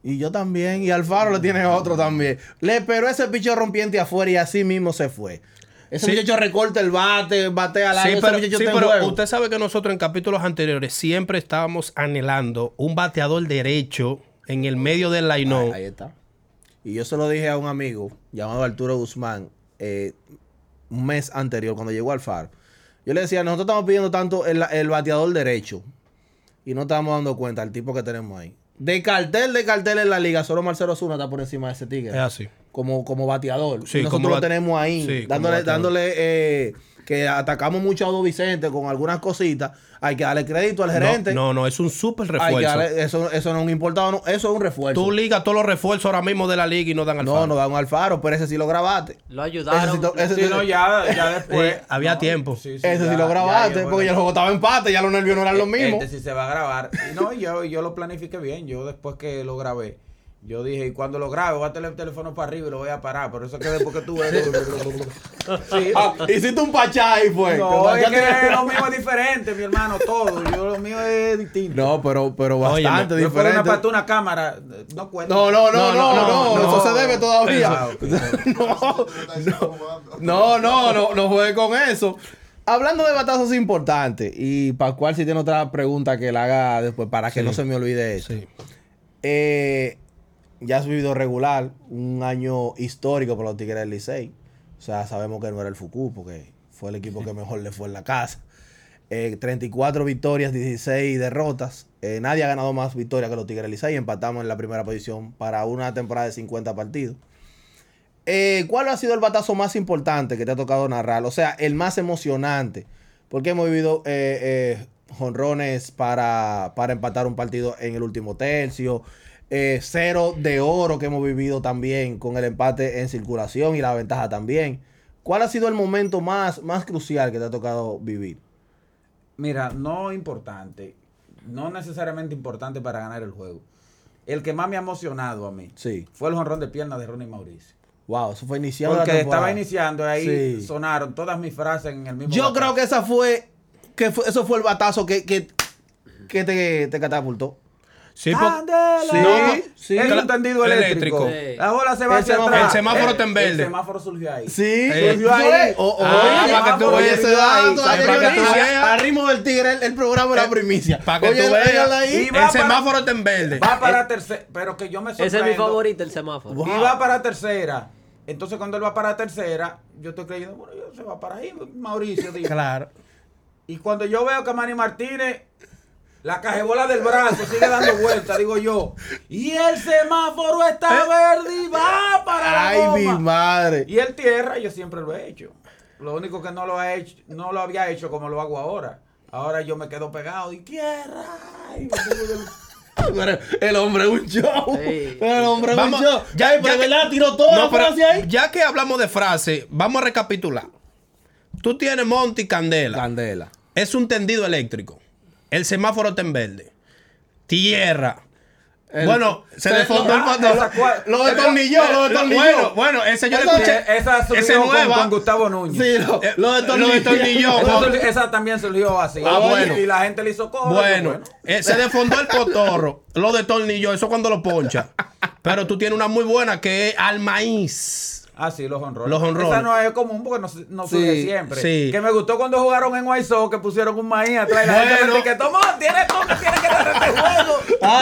Y yo también. Y Alfaro le tiene otro también. Le esperó ese picho rompiente afuera y así mismo se fue. Ese muchacho recorta el bate al Sí, aire. pero usted sabe que nosotros en capítulos anteriores siempre estábamos anhelando un bateador derecho en el medio del line-up. Ahí está. Y yo se lo dije a un amigo llamado Arturo Guzmán un mes anterior, cuando llegó Alfaro. Yo le decía, nosotros estamos pidiendo tanto el bateador derecho y no estamos dando cuenta del tipo que tenemos ahí. De cartel en la liga, solo Marcelo Osuna está por encima de ese tigre. Es así. Como bateador. Sí, y nosotros lo tenemos ahí, sí, dándole que atacamos mucho a Odo Vicente con algunas cositas. Hay que darle crédito al gerente. No, es un súper Hay que refuerzo. darle, eso no es un importado, no, eso es un refuerzo. Tú ligas todos los refuerzos ahora mismo de la liga y no dan Alfaro. No dan un Alfaro, pero ese sí lo grabaste. Lo ayudaron. Sí, no, ya después. Había tiempo. Ese sí lo grabaste, porque ya el juego estaba en empate, ya los nervios no eran los mismos. Este sí se va a grabar. Y no, yo lo planifiqué bien. Yo después que lo grabé, yo dije, y cuando lo grabe, voy a tener el teléfono para arriba y lo voy a parar. Pero eso que después que tú ves. Sí. Hiciste un pachá y fue. No, es que lo mío es diferente, mi hermano, todo. Lo mío es distinto. No, pero bastante Yo diferente. una para una cámara, no cuenta. No, eso se debe todavía. No juegue con eso. Hablando de batazos importantes, y Pascual si tiene otra pregunta que la haga después para que no se me olvide eso. Sí. Ya has vivido regular, un año histórico para los Tigres del Licey. O sea, sabemos que no era el Fucú, porque fue el equipo que mejor le fue en la casa. 34 victorias, 16 derrotas. Nadie ha ganado más victorias que los Tigres del Licey. Empatamos en la primera posición para una temporada de 50 partidos. ¿Cuál ha sido el batazo más importante que te ha tocado narrar? O sea, el más emocionante. Porque hemos vivido jonrones para empatar un partido en el último tercio. 0 de oro que hemos vivido también con el empate en circulación y la ventaja también. ¿Cuál ha sido el momento más crucial que te ha tocado vivir? Mira, no importante. No necesariamente importante para ganar el juego. El que más me ha emocionado a mí fue el jonrón de pierna de Ronnie Mauricio. Wow, eso fue iniciando porque la temporada. estaba iniciando, ahí sonaron todas mis frases en el mismo Yo batazo. creo que eso fue el batazo que te catapultó. Sí, Sí. Es un tendido eléctrico. Sí. La bola se va hacia semáforo- atrás. el semáforo está en verde. El semáforo surgió ahí. Sí, surgió ahí. para que tú oye veas ese dato, para que tú veas. al ritmo del tigre, el programa de la primicia. Para que Oye, tú veas. véala ahí. Y va El semáforo está en verde. Va para tercera, pero que yo me sorprendo. Ese es mi favorito, el semáforo. Wow. Y va para tercera. Entonces cuando él va para tercera, yo estoy creyendo, bueno, se va para ahí, Mauricio. Digo. Claro. Y cuando yo veo que Manny Martínez, la cajebola del brazo sigue dando vueltas, digo yo, y el semáforo está verde y va para la Ay, mi goma. madre. Y el tierra, yo siempre lo he hecho. Lo único que no lo había hecho como lo hago ahora. Ahora yo me quedo pegado y tierra. Y me pongo Pero el hombre es un show. Sí. Pero el hombre es un Vamos, show. ya Pero que- ¿verdad? Tiró toda la pero frase ahí. ya que hablamos de frase, vamos a recapitular. Tú tienes Monty Candela. Candela. Es un tendido eléctrico. El semáforo está en verde. Tierra. Bueno, se desfondó el pantalón. Lo destornilló, Bueno, ese yo le Eso- escuché. Esa Ese surgió nueva. con Gustavo Núñez. Sí, lo destornilló. Esa también surgió así. bueno. Y la gente le hizo coro. Bueno, se desfondó el potorro. Lo destornilló. Eso cuando lo poncha. Pero tú tienes una muy buena que es al maíz. Ah, sí, los honrones. Los honrones. Esa no es común porque no surge siempre. sí. Que me gustó cuando jugaron en Guaysó que pusieron un maíz atrás y la gente me etiquetó, tienes tú que tienes que dar este juego.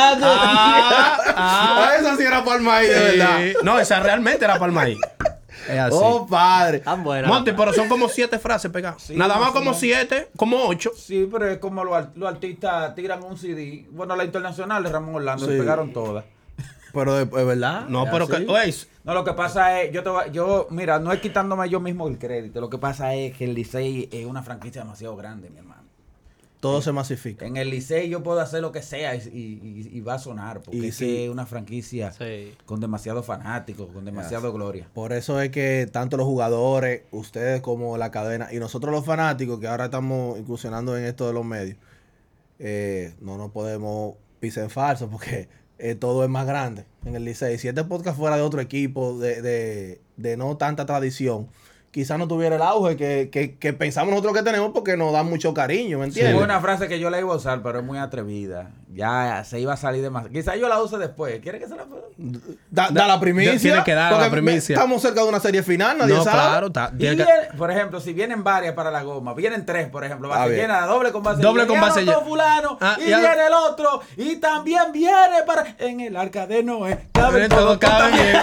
Esa sí era palma ahí, de verdad. No, esa realmente era para el maíz. Es así. Oh, padre. Tan buena. Monty, pero son como 7 frases pegadas. Sí, Nada más más o como menos. 7, como 8. Sí, pero es como los artistas tiran un CD. Bueno, la internacional de Ramón Orlando se pegaron todas. Pero es verdad. No, es pero así. que. Oye, No, lo que pasa es, mira, no es quitándome yo mismo el crédito. Lo que pasa es que el Licey es una franquicia demasiado grande, mi hermano. Todo se masifica. En el Licey yo puedo hacer lo que sea y va a sonar, porque Y es sí. que es una franquicia Sí. con demasiados fanáticos, con demasiada gloria. Por eso es que tanto los jugadores, ustedes como la cadena y nosotros los fanáticos que ahora estamos incursionando en esto de los medios, no nos podemos pisar en falso porque todo es más grande en el Licey. Si este podcast fuera de otro equipo, de no tanta tradición, quizás no tuviera el auge que pensamos nosotros que tenemos porque nos da mucho cariño, ¿me Es entiendes? una frase que yo la iba a usar, pero es muy atrevida. ya se iba a salir de más. Quizás yo la use después. ¿Quiere que se la pueda? Da la primicia. Tiene que dar la porque primicia. Estamos cerca de una serie final, nadie No, sabe. claro. Por ejemplo, si vienen varias para la goma, vienen 3, por ejemplo, Ah, base bien. llena, doble con base Doble llena, con base y anotó llena. fulano, y Ya- viene el otro, y también viene para en el arca de Noé. Cabe todo, cabe bien.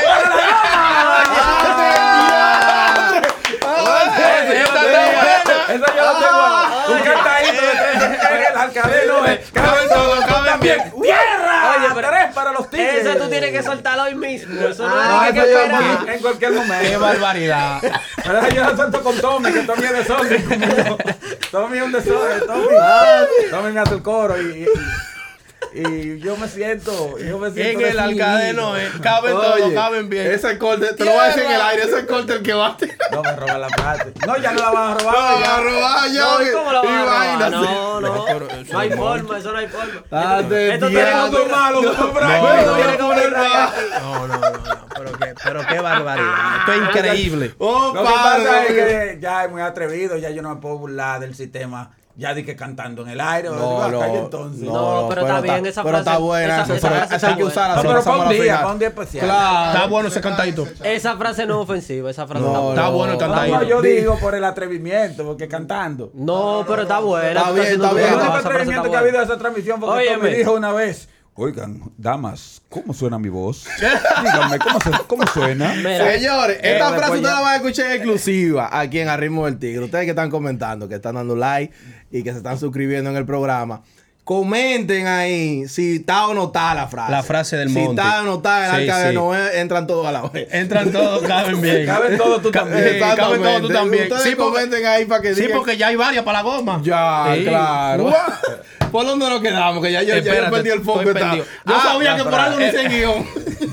Eso yo lo tengo. Un cantadito de 3 en el arca de Noé. Cabe todo, cabe bien. ¡Tierra! Oye, pero 3 para los Tigres. Eso tú tienes que soltarlo hoy mismo. Eso no No, es que eso yo esperar. en cualquier momento. ¡Qué barbaridad! Pero eso yo lo suelto con Tommy, que Tommy es de Sony conmigo. Tommy es un desorden, Tommy me hace el coro y yo me siento En el definido. Alcadeno, caben todos, caben bien. Ese corte, te lo voy a decir en el aire, ese corte el que bate. No me roban la parte. No, ya no la van a robar. No, ya. a robar ya. No, ¿y cómo lo van a robar? Imagínate. No, pero eso no hay no. forma, eso no hay forma. Date Esto diablo. tiene Tú malo, tú Esto bravo. tiene que venir rayado. Pero qué barbaridad. Esto es increíble. Oh, Lo que pasa padre. es que ya es muy atrevido, ya yo no me puedo burlar del sistema. Ya di que cantando en el aire. Entonces. No, pero está bien esa Pero frase. está buena Esa esa, pero frase esa hay está que usarla. No, si pero pasamos para a un la día, final. para un día especial. Claro. Está bueno ese cantadito. Esa frase no es ofensiva, esa frase No, está buena. Está bueno el No, cantadito. yo digo por el atrevimiento, porque cantando. No, pero está buena. Está bien, está El bien. único Esa frase está atrevimiento que ha buena. habido de esa transmisión fue que Óyeme. Tommy dijo una vez: oigan, damas, ¿cómo suena mi voz? Díganme, ¿cómo suena? Mira, Señores, esta después frase ustedes ya- la van a escuchar en exclusiva aquí en Arritmo del Tigre. Ustedes que están comentando, que están dando like y que se están suscribiendo en el programa. Comenten ahí si está o no está la frase. La frase del Si monte. está o no está el Sí, arca de sí. Noé, entran todos a la vez. Entran todos, caben bien. Caben todos tú también. Caben todos tú también. Ustedes Sí, porque, comenten ahí para que sí, digan. porque ya hay varias para la goma. Ya, Sí. claro. ¿Por dónde nos quedamos? Que ya yo Espérate, perdí el foco. estoy Yo perdido. sabía que por algo no hice eh, guión.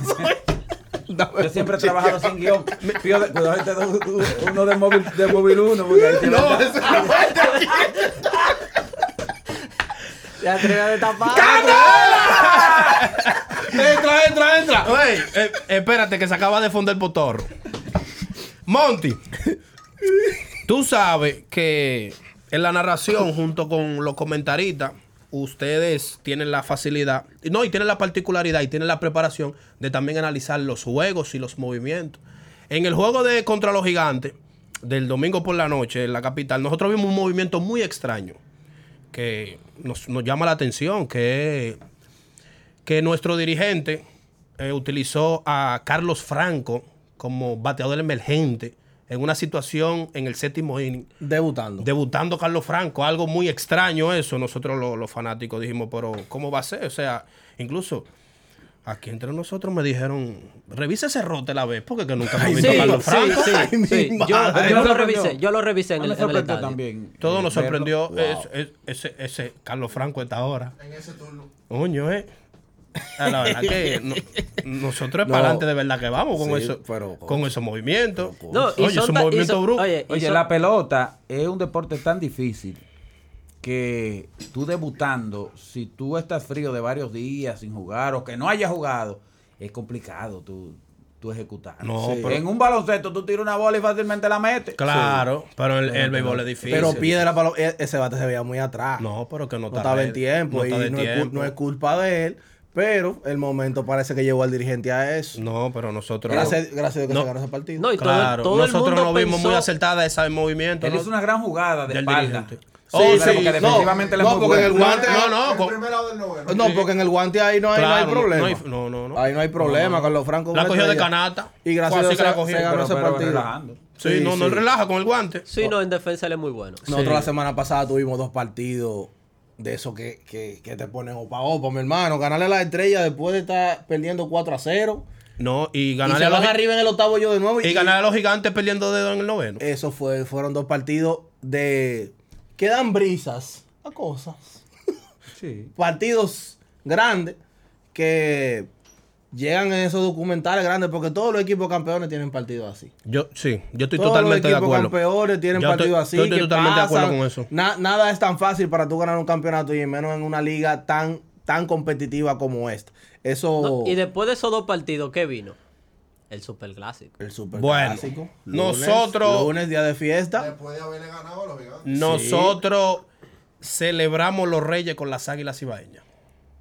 Yo siempre he trabajado sin guión. Cuidado, este uno de móvil 1. Porque ahí tiene No, la- eso no fue de aquí. ya entrega de tapar. Entra. Oye, espérate que se acaba de fundar el potorro. Monty, tú sabes que en la narración junto con los comentaristas ustedes tienen la facilidad, no, y tienen la particularidad y tienen la preparación de también analizar los juegos y los movimientos. En el juego de contra los gigantes del domingo por la noche en la capital, nosotros vimos un movimiento muy extraño que nos llama la atención, que nuestro dirigente utilizó a Carlos Franco como bateador emergente en una situación en el séptimo inning, Debutando. debutando Carlos Franco, algo muy extraño eso. Nosotros los fanáticos dijimos, pero ¿cómo va a ser? O sea, incluso aquí entre nosotros me dijeron, revisa ese rote la vez, porque que nunca hemos visto a Carlos Franco. sí. mi Yo madre. yo lo revisé en Me el sorprendió estadio. también. Todo nos sorprendió Wow. ese Carlos Franco a esta hora. En ese turno. Coño, la verdad que nosotros es No. para adelante de verdad que vamos con Sí, eso, pero- con esos movimientos. No, y Oye, son esos ta- y movimientos son- bruscos. Oye, y Oye, son- la pelota es un deporte tan difícil que tú debutando, si tú estás frío de varios días sin jugar o que no hayas jugado, es complicado tú ejecutar. No, Sí. pero- En un baloncesto tú tiras una bola y fácilmente la metes. Claro, pero el béisbol es difícil. Pero piedra para ese bate se veía muy atrás. No, pero que no No está estaba en ready. tiempo No y está de no es, tiempo. no es culpa de él, pero el momento parece que llevó al dirigente a eso. No, pero nosotros. Gracias a Dios que No. se ganó ese partido. No, y Claro, todo el nosotros mundo no vimos pensó- muy acertada esa movimiento. Él ¿no? hizo una gran jugada de Del espalda. dirigente. Sí, Claro, porque no, defensivamente él es no, muy porque en el bueno. guante No, El primer lado del noveno. no, porque en el guante ahí no hay, Claro, no hay problema. no. Ahí no hay problema, Carlos Franco. La una cogió de estrella. canasta. Y gracias Fue a así Dios que la se cogió. ganó ese pero partido. relajando. Sí, no sí. relaja con el guante. Sí, no, en defensa él es muy bueno. Nosotros Sí. la semana pasada tuvimos 2 partidos de esos que te ponen opa opa, mi hermano. Ganarle a la estrella después de estar perdiendo 4-0. No, y Y ganarle se a los van arriba en el octavo yo de nuevo. y ganarle a los gigantes perdiendo dedo en el noveno. Eso fueron 2 partidos de que dan brisas a cosas. Sí. Partidos grandes que llegan en esos documentales grandes porque todos los equipos campeones tienen partidos así. Yo estoy Todos totalmente de los equipos acuerdo. campeones tienen Yo partidos así. estoy que totalmente de acuerdo pasan. con eso. Nada es tan fácil para tú ganar un campeonato y menos en una liga tan competitiva como esta. Eso. No, y después de esos 2 partidos, ¿qué vino? El superclásico. El super Bueno, clásico. nosotros- Lunes, día de fiesta. Después de haberle ganado a los gigantes. Nosotros celebramos los Reyes con las Águilas Ibaeñas.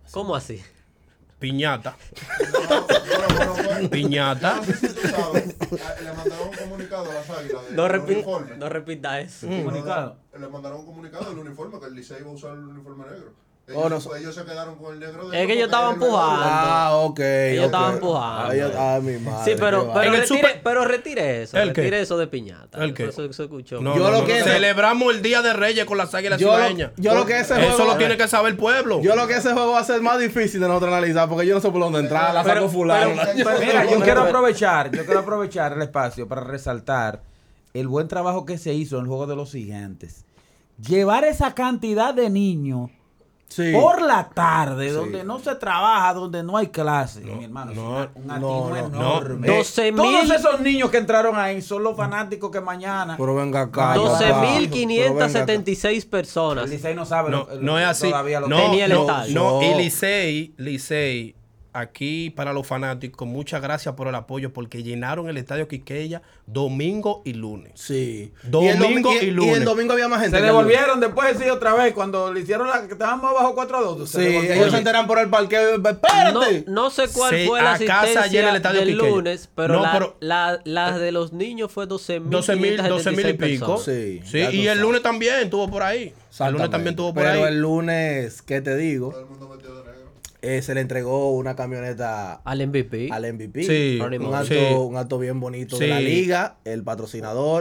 ¿Cómo así? Piñata. Bueno, Piñata. no sé si tú sabes, le mandaron un comunicado a las Águilas del uniforme. No repita eso. Comunicado. Le mandaron un comunicado del uniforme, que el Licey iba a usar el uniforme negro. Oh, no. Ellos se quedaron con el negro Es que ellos estaban empujando. Ok. Ellos estaban empujando. Mi madre. Sí, pero En el retire eso. ¿El qué? Retire eso de piñata. ¿El qué? Eso escuchó. No, Yo no, lo no, que- no. Celebramos el Día de Reyes con las Águilas Cibaeñas. Yo lo que ese Eso juego... lo tiene que saber el pueblo. Yo lo que ese juego va a ser más difícil de nosotros analizar porque yo no sé por dónde entrar. La saco fulano. Mira, yo quiero aprovechar el espacio para resaltar el buen trabajo que se hizo en el juego de los gigantes. Llevar esa cantidad de niños Sí. por la tarde, donde no se trabaja, donde no hay clase. Mi hermano, no, es un atino enorme. 12.000. Todos esos niños que entraron ahí son los fanáticos que mañana. Pero venga acá. 12.576 personas. El Licey no sabe. No es así. Todavía lo No, tenía el no, estadio. no. No. Y Licey, aquí para los fanáticos, muchas gracias por el apoyo porque llenaron el estadio Quiqueya domingo y lunes. Sí. Domingo y lunes. Y el domingo había más gente. Se que el lunes. devolvieron después, sí, otra vez, cuando le hicieron la que estábamos abajo 4-2. Sí, ellos se enteran por el parqueo. Espérate. No sé cuál Sí, fue la a casa asistencia llena el estadio del Quiqueya. lunes, pero, No, pero- la de los niños fue 12.000 y pico. personas. Sí, Sí, ya tú y el sabes. lunes también estuvo por ahí. El lunes también estuvo por Pero ahí. el lunes, ¿qué te digo? Todo el mundo metido de negro. Se le entregó una camioneta Al MVP. al MVP. Sí, sí. Un acto bien bonito de Sí. la liga, el patrocinador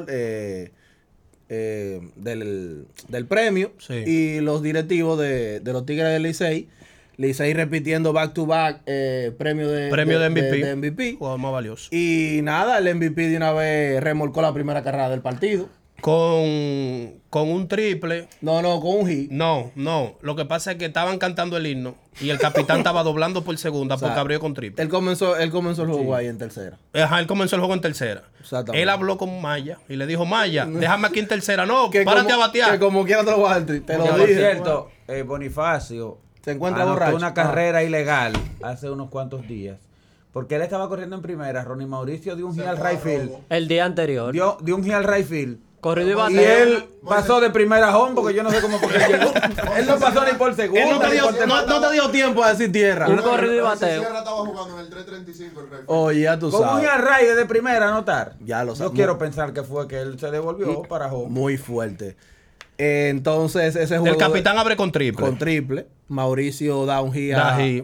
del premio Sí. y los directivos de los Tigres del Licey. Licey repitiendo back to back premio de MVP. de MVP. Jugador más valioso. Y nada, el MVP de una vez remolcó la primera carrera del partido. Con un triple. No, con un hit. No. Lo que pasa es que estaban cantando el himno y el capitán estaba doblando por segunda O sea, porque abrió con triple. Él comenzó el juego ahí en tercera. Ajá, él comenzó el juego en tercera. Exactamente. Él habló con Maya y le dijo, Maya, déjame aquí en tercera. No, Que párate como- a batear. Que como quiera te lo voy a dar, te Que lo por dije. cierto, Bonifacio Se encuentra anotó borracho. una carrera ilegal hace unos cuantos días. Porque él estaba corriendo en primera. Ronnie Mauricio dio un hit al right field. El día anterior. Dio un hit al right field. Corrido y Y bateo. él pasó de primera home porque yo no sé cómo fue que llegó. Él no pasó ni por segunda. Él no te ni dio, por tercera. no te dio tiempo a decir tierra. Un corrido y Ese bateo. Sierra estaba jugando en el 335 el rey. Oye, ya tú Con un hit sabes. al right de primera anotar. Ya lo Yo sabes. quiero pensar que fue que él se devolvió para home. Muy fuerte. Entonces, ese juego El capitán abre con triple. con triple. Mauricio da un hit Da hit.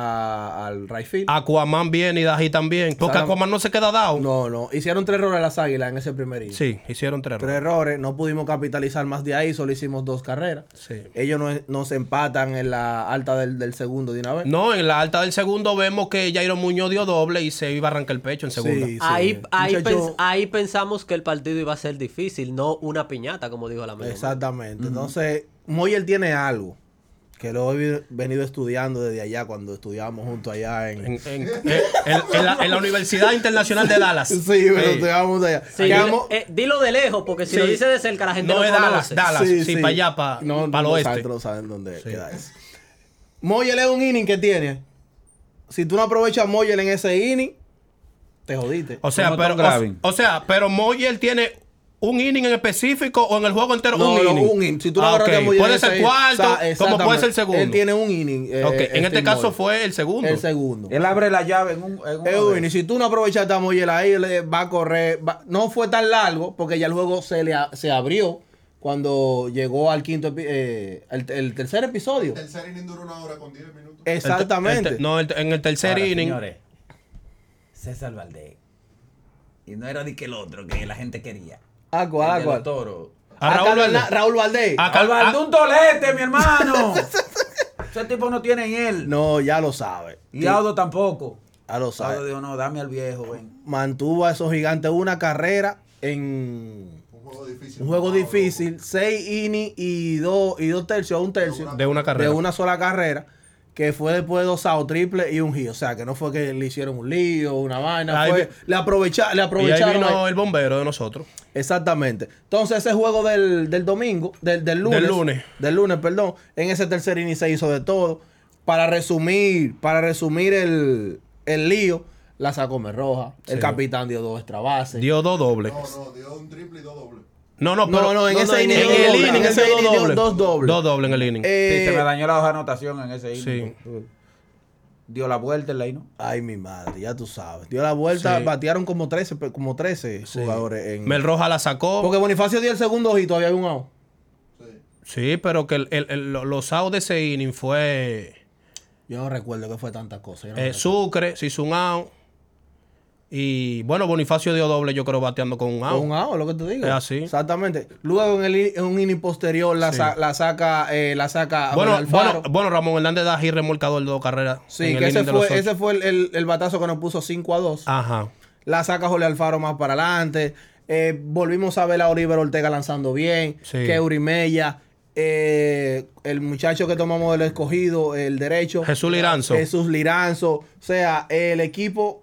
al right field. Aquaman viene y Dají también. Porque Sabe- Aquaman no se queda dado. No. Hicieron 3 errores las águilas en ese primer inning. Sí, hicieron 3 3 errores. No pudimos capitalizar más de ahí. Solo hicimos 2 carreras. Sí. Ellos nos empatan en la alta del segundo de una vez. No, en la alta del segundo vemos que Jairo Muñoz dio doble y se iba a arrancar el pecho en segunda. Sí. Ahí pensamos que el partido iba a ser difícil, no una piñata, como dijo la amiga. Exactamente. Entonces, Moyer tiene algo que lo he venido estudiando desde allá cuando estudiábamos juntos allá en... En la Universidad Internacional de Dallas. Sí, pero estudiábamos allá. Sí, dilo de lejos, porque si Sí. lo dice de cerca la gente No no es conoce. Dallas, sí, para allá, para no, el no oeste. saben, no saben dónde queda eso. Moyer es un inning que tiene. Si tú no aprovechas Moyer en ese inning, te jodiste. O sea, Como pero, Tom Gravin. pero Moyer tiene un inning en específico o en el juego entero un inning. Si tú no Ah, agarras ok. a Moyer Puede en ser ese cuarto, como exactamente. puede ser segundo. Él tiene un inning. Ok, en este Steve caso Moyer. fue el segundo. El segundo. Él abre la llave en un Es un inning. Si tú no aprovechaste a Moyer ahí, él va a correr. No fue tan largo porque ya el juego se abrió cuando llegó al quinto el tercer episodio. El tercer inning duró 1 hora con 10 minutos. Exactamente. En el tercer Ahora, inning. señores, César Valdés. Y no era ni que el otro que la gente quería. ¿A cuál? El ¿A de cuál? los toros. A Raúl Valdés. Raúl Valdés. A Valdés un tolete, mi hermano. Ese tipo no tiene en él. No, ya lo sabe. Y Audo tampoco. Ya lo Audo sabe. dijo, no, dame al viejo, ven. Mantuvo a esos gigantes una carrera en Un juego difícil. un juego difícil. 6 innings y 2 tercios, un tercio. De una carrera. De una sola carrera. Que fue después de 2 outs, triple y un hit. O sea, que no fue que le hicieron un lío, una vaina. Ahí Le Y aprovecharon. ahí vino ahí. el bombero de nosotros. Exactamente. Entonces, ese juego del domingo, del lunes. Del lunes, perdón. En ese tercer inning se hizo de todo. Para resumir el lío, la sacó Roja. El Sí. capitán dio 2 extra bases. Dio 2 dobles. No, dio un triple y 2 dobles. No, en ese inning. En el inning, ese dio inning dio dos dobles. Dos dobles en el inning. Sí, se me dañó la hoja de anotación en ese inning. Sí. Dio la vuelta el line, ¿no? Ay, mi madre, ya tú sabes. Dio la vuelta, Sí. batearon como 13 jugadores. Mel Rojas la sacó. Porque Bonifacio dio el segundo hit, todavía había un out. Sí, pero que los outs de ese inning fue Yo no recuerdo que fue tantas cosas. yo no recuerdo. Sucre, se hizo un out. Y bueno, Bonifacio dio doble, yo creo, bateando con un out. Un out, es lo que te digo. Es así. Exactamente. Luego en un inning posterior la saca Bueno, Alfaro. bueno, Ramón Hernández da y remolcador de 2 carreras. Sí, en el que inning de los 8. ese fue el batazo que nos puso 5-2. Ajá. La saca Jorge Alfaro más para adelante. Volvimos a ver a Oliver Ortega lanzando bien. Sí. Keuri Mella. El muchacho que tomamos del escogido, el derecho. Jesús Liranzo. Jesús Liranzo. O sea, el equipo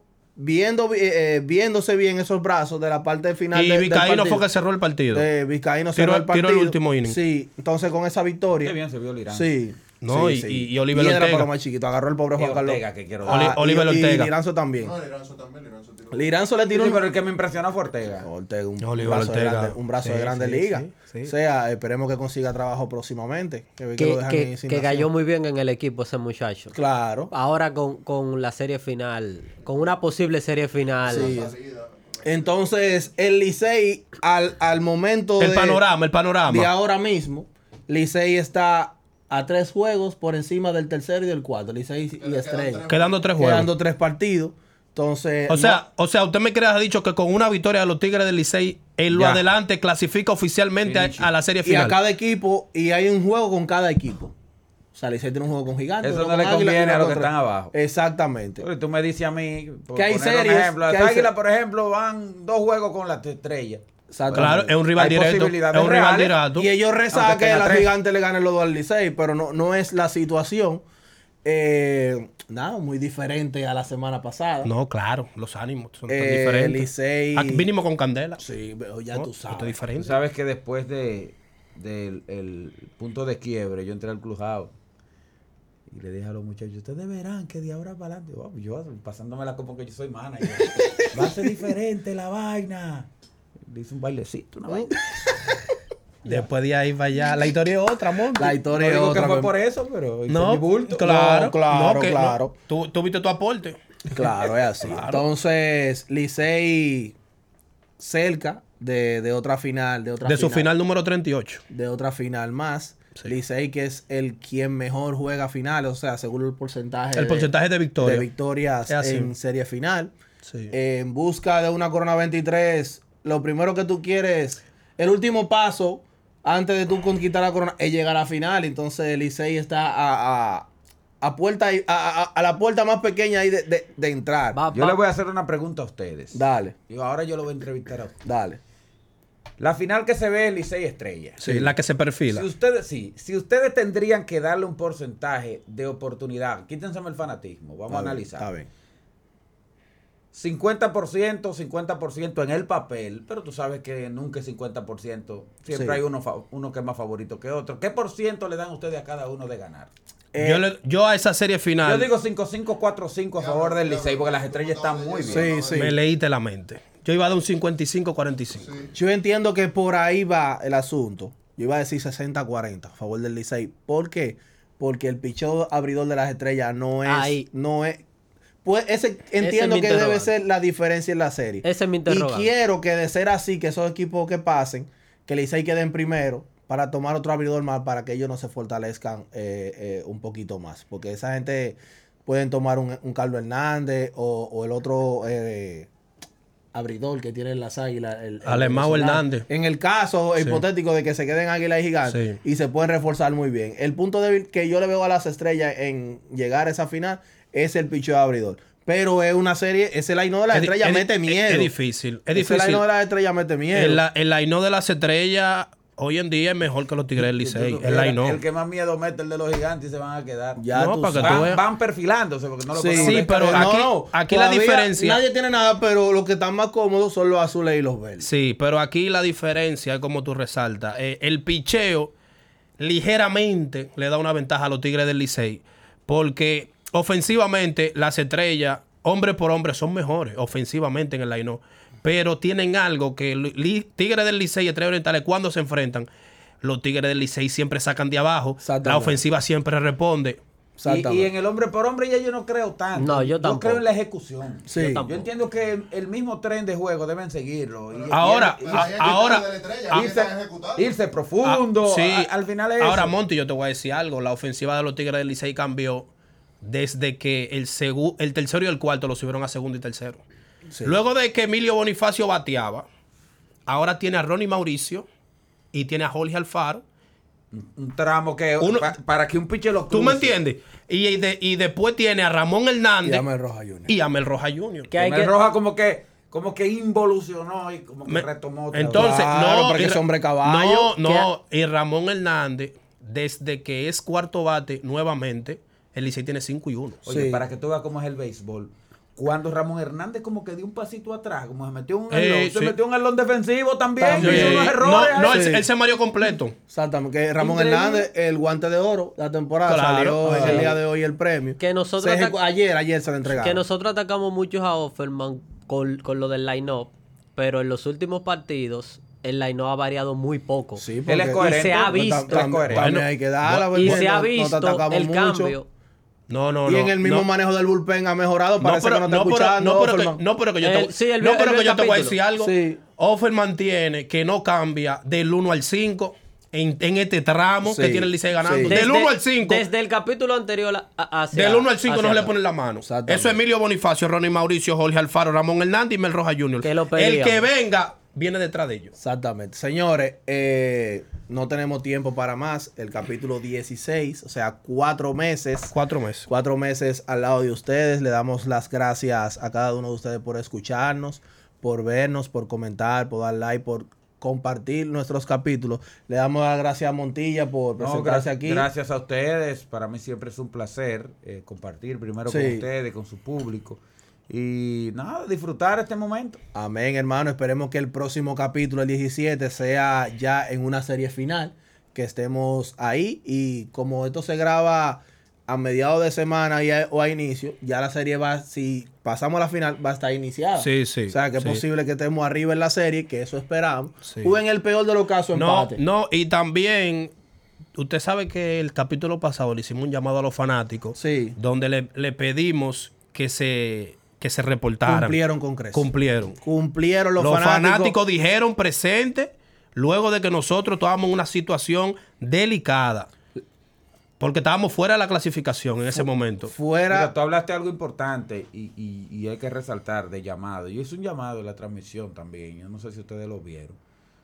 viéndose bien esos brazos de la parte final Y del Vizcaíno partido. fue que cerró el partido. Vizcaíno Tiró- cerró el partido. tiró el último inning. Sí, entonces con esa victoria. Qué bien se vio Lirán. Sí. No, sí, y Oliver Piedra Ortega. para lo más chiquito. Agarró el pobre Y Juan Carlos. Ortega, que quiero Oliver y Ortega. Liranzo también. No, Liranzo también, Liranzo tiró. Liranzo le tiró Sí, un- pero el que me impresionó fue Ortega. Ortega, un Oliver brazo, Ortega. de grande, un brazo de Sí, grande sí, liga. sí, sí. O sea, esperemos que consiga trabajo próximamente. Que ve que lo dejan en Que insignación. cayó muy bien en el equipo ese muchacho. Claro. Ahora con la serie final, con una posible serie final. Sí. Entonces, el Licey, al momento El panorama. de ahora mismo, Licey está a 3 juegos por encima del tercero y del cuarto. Licey y Estrella. Quedando 3 juegos. Quedando 3 partidos. Entonces, O sea, usted me quiere haber dicho que con una victoria de los Tigres del Licey, en lo Ya. adelante clasifica oficialmente a la serie y final. a cada equipo, y hay un juego con cada equipo. O sea, Licey tiene un juego con Gigantes. Eso uno no con le Águila y conviene uno a los que contra- están abajo. Exactamente. Porque tú me dices a mí, por Que hay poner un series, ejemplo, que las hay Águilas, se- por ejemplo, van 2 juegos con las estrellas. Exactamente. Claro, es un rival Hay directo. Es posibilidades un rival reales. directo. Y ellos rezan Aunque que tenga las 3. Gigantes le ganen los dos al Licey, pero no es la situación. Nada, muy diferente a la semana pasada. No, claro, los ánimos son tan El diferentes. Licey. Aquí vinimos con candela. Sí, pero ya ¿no? tú Esto sabes. es Tú diferente. sabes que después del el punto de quiebre, yo entré al clubhouse y le dije a los muchachos, ustedes verán que de ahora para adelante, yo pasándomela como que yo soy manager, va a ser diferente la vaina. Le hice un bailecito, una vaina. Después de ahí para allá. La historia es otra, amor. La No historia es digo que otra. fue pues. por eso, pero hice No, mi bulto. claro, No, claro, que claro. Tú viste tu aporte. Claro, es así. Entonces, Licey cerca de otra final. De su final número 38. De otra final más. Sí. Licey, que es el quien mejor juega finales, o sea, según el porcentaje. El porcentaje de victoria. de victorias Es así. en serie final. Sí. En busca de una corona 23, lo primero que tú quieres, el último paso antes de tú conquistar la corona es llegar a la final. Entonces el Licey está a la puerta más pequeña ahí de entrar. Yo le voy a hacer una pregunta a ustedes. Dale, Y ahora yo lo voy a entrevistar a ustedes. dale. La final que se ve es Licey Estrella. Sí, la que se perfila. Si ustedes tendrían que darle un porcentaje de oportunidad, quítense el fanatismo, vamos a analizar. Está bien. 50% en el papel, pero tú sabes que nunca es 50%. Siempre Sí. hay uno que es más favorito que otro. ¿Qué por ciento le dan ustedes a cada uno de ganar? Yo a esa serie final Yo digo 5-5, 4-5 a favor del Licey, porque las estrellas están muy bien. Sí, sí. me leíste la mente. Yo iba a dar un 55-45. Yo entiendo que por ahí va el asunto. Yo iba a decir 60-40 a favor del Licey. ¿Por qué? Porque el picheo abridor de las estrellas no es... Pues entiendo mi que debe interrogante. ser la diferencia en la serie. Ese es mi Y interrogante. quiero que de ser así, que esos equipos que pasen, que Licey queden primero para tomar otro abridor más, para que ellos no se fortalezcan un poquito más. Porque esa gente pueden tomar un Carlos Hernández o el otro abridor que tiene las Águilas. el Alemão venezolano. Hernández. En el caso hipotético de que se queden Águilas y Gigantes Sí. y se pueden reforzar muy bien. El punto débil que yo le veo a las estrellas en llegar a esa final es el picheo abridor. Pero es una serie, ese line de las estrellas mete miedo. Es difícil. Es Ese difícil. line de las estrellas mete miedo. El line de las estrellas hoy en día es mejor que los Tigres del Licey. El line El que más miedo mete el de los gigantes y se van a quedar. Ya No, tú para que sabes. tú veas. Van perfilándose porque no lo Sí, podemos sí, ver. pero aquí la todavía diferencia- Nadie tiene nada, pero los que están más cómodos son los azules y los verdes. Sí, pero aquí la diferencia es como tú resaltas. El picheo ligeramente le da una ventaja a los Tigres del Licey. Porque ofensivamente las estrellas, hombre por hombre, son mejores ofensivamente en el line. pero tienen algo que Tigres del Licey y Estrellas Orientales, cuando se enfrentan, los Tigres del Licey siempre sacan de abajo. La ofensiva siempre responde. Y en el hombre por hombre ya yo no creo tanto. No, yo tampoco. Yo creo en la ejecución. Sí. Yo entiendo que el mismo tren de juego deben seguirlo. Ahora, irse profundo. Sí. Al final es ahora, eso. Monty, yo te voy a decir algo. La ofensiva de los Tigres del Licey cambió desde que el tercero y el cuarto lo subieron a segundo y tercero. Sí. Luego de que Emilio Bonifacio bateaba, ahora tiene a Ronnie Mauricio y tiene a Jorge Alfaro. Un tramo que para que un pitcher lo cruce. ¿Tú me entiendes? Y después tiene a Ramón Hernández y Amel Roja Jr. Amel Roja como que involucionó y como que retomó. Entonces, claro, porque ese hombre caballo. Y Ramón Hernández, desde que es cuarto bate nuevamente, el Licey tiene 5-1. Oye, para que tú veas cómo es el béisbol. Cuando Ramón Hernández como que dio un pasito atrás, como se metió un alón, se metió un alón defensivo también, hizo unos errores. Él se mareó completo. Exactamente, que Ramón Hernández, el guante de oro de la temporada, salió en el día de hoy el premio. Que nosotros ayer se lo entregaron. Que nosotros atacamos muchos a Offerman con lo del line-up, pero en los últimos partidos el line-up ha variado muy poco. Sí, él es coherente. Y se ha visto. También hay que darla, y se ha visto el cambio. Y en el mismo manejo del bullpen ha mejorado. Parece que no está escuchando. Pero que yo te voy a decir algo. Sí. Offerman tiene que no cambia del 1 al 5 en este tramo que tiene el Licey ganando. Sí. Del 1 al 5. Desde el capítulo anterior hacia... Del 1 al 5 no se le pone la mano. Eso es Emilio Bonifacio, Ronnie Mauricio, Jorge Alfaro, Ramón Hernández y Mel Roja Jr. El que venga viene detrás de ellos. Exactamente. Señores, no tenemos tiempo para más. El capítulo 16, o sea, 4 meses. 4 meses. 4 meses al lado de ustedes. Le damos las gracias a cada uno de ustedes por escucharnos, por vernos, por comentar, por dar like, por compartir nuestros capítulos. Le damos las gracias a Montilla por presentarse aquí. Gracias a ustedes. Para mí siempre es un placer compartir primero con ustedes, con su público. Y nada, disfrutar este momento. Amén, hermano. Esperemos que el próximo capítulo, el 17, sea ya en una serie final, que estemos ahí. Y como esto se graba a mediados de semana o a inicio, ya la serie va, si pasamos a la final, va a estar iniciada. Sí. O sea, que es posible que estemos arriba en la serie, que eso esperamos. O en el peor de los casos, empate. Y también... Usted sabe que el capítulo pasado le hicimos un llamado a los fanáticos, donde le pedimos que se reportaran. Cumplieron con creces. Cumplieron los fanáticos dijeron presente luego de que nosotros estábamos en una situación delicada. Porque estábamos fuera de la clasificación en ese momento. Mira, tú hablaste algo importante y hay que resaltar de llamado. Yo hice un llamado en la transmisión también. Yo no sé si ustedes lo vieron.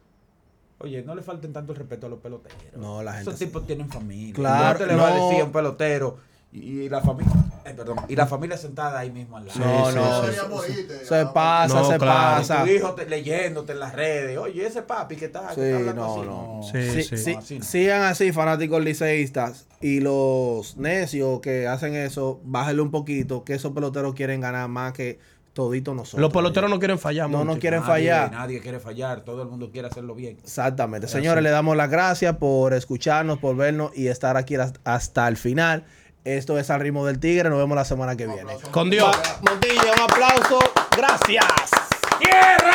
Oye, no le falten tanto el respeto a los peloteros. No, la gente. Esos tipos tienen familia. Claro. No te le va a decir a un pelotero y la familia. Y la familia sentada ahí mismo al lado. Se pasa. Tu hijo leyéndote en las redes. Oye, ese papi que está hablando así. Sigan así, fanáticos liceístas. Y los necios que hacen eso, bájenle un poquito, que esos peloteros quieren ganar más que todito nosotros. Los peloteros no quieren fallar. No quieren fallar. Nadie quiere fallar. Todo el mundo quiere hacerlo bien. Exactamente. Señores, le damos las gracias por escucharnos, por vernos y estar aquí hasta el final. Esto es Al Ritmo del Tigre. Nos vemos la semana que viene. Con Dios. Montilla, un aplauso. Gracias. ¡Tierra!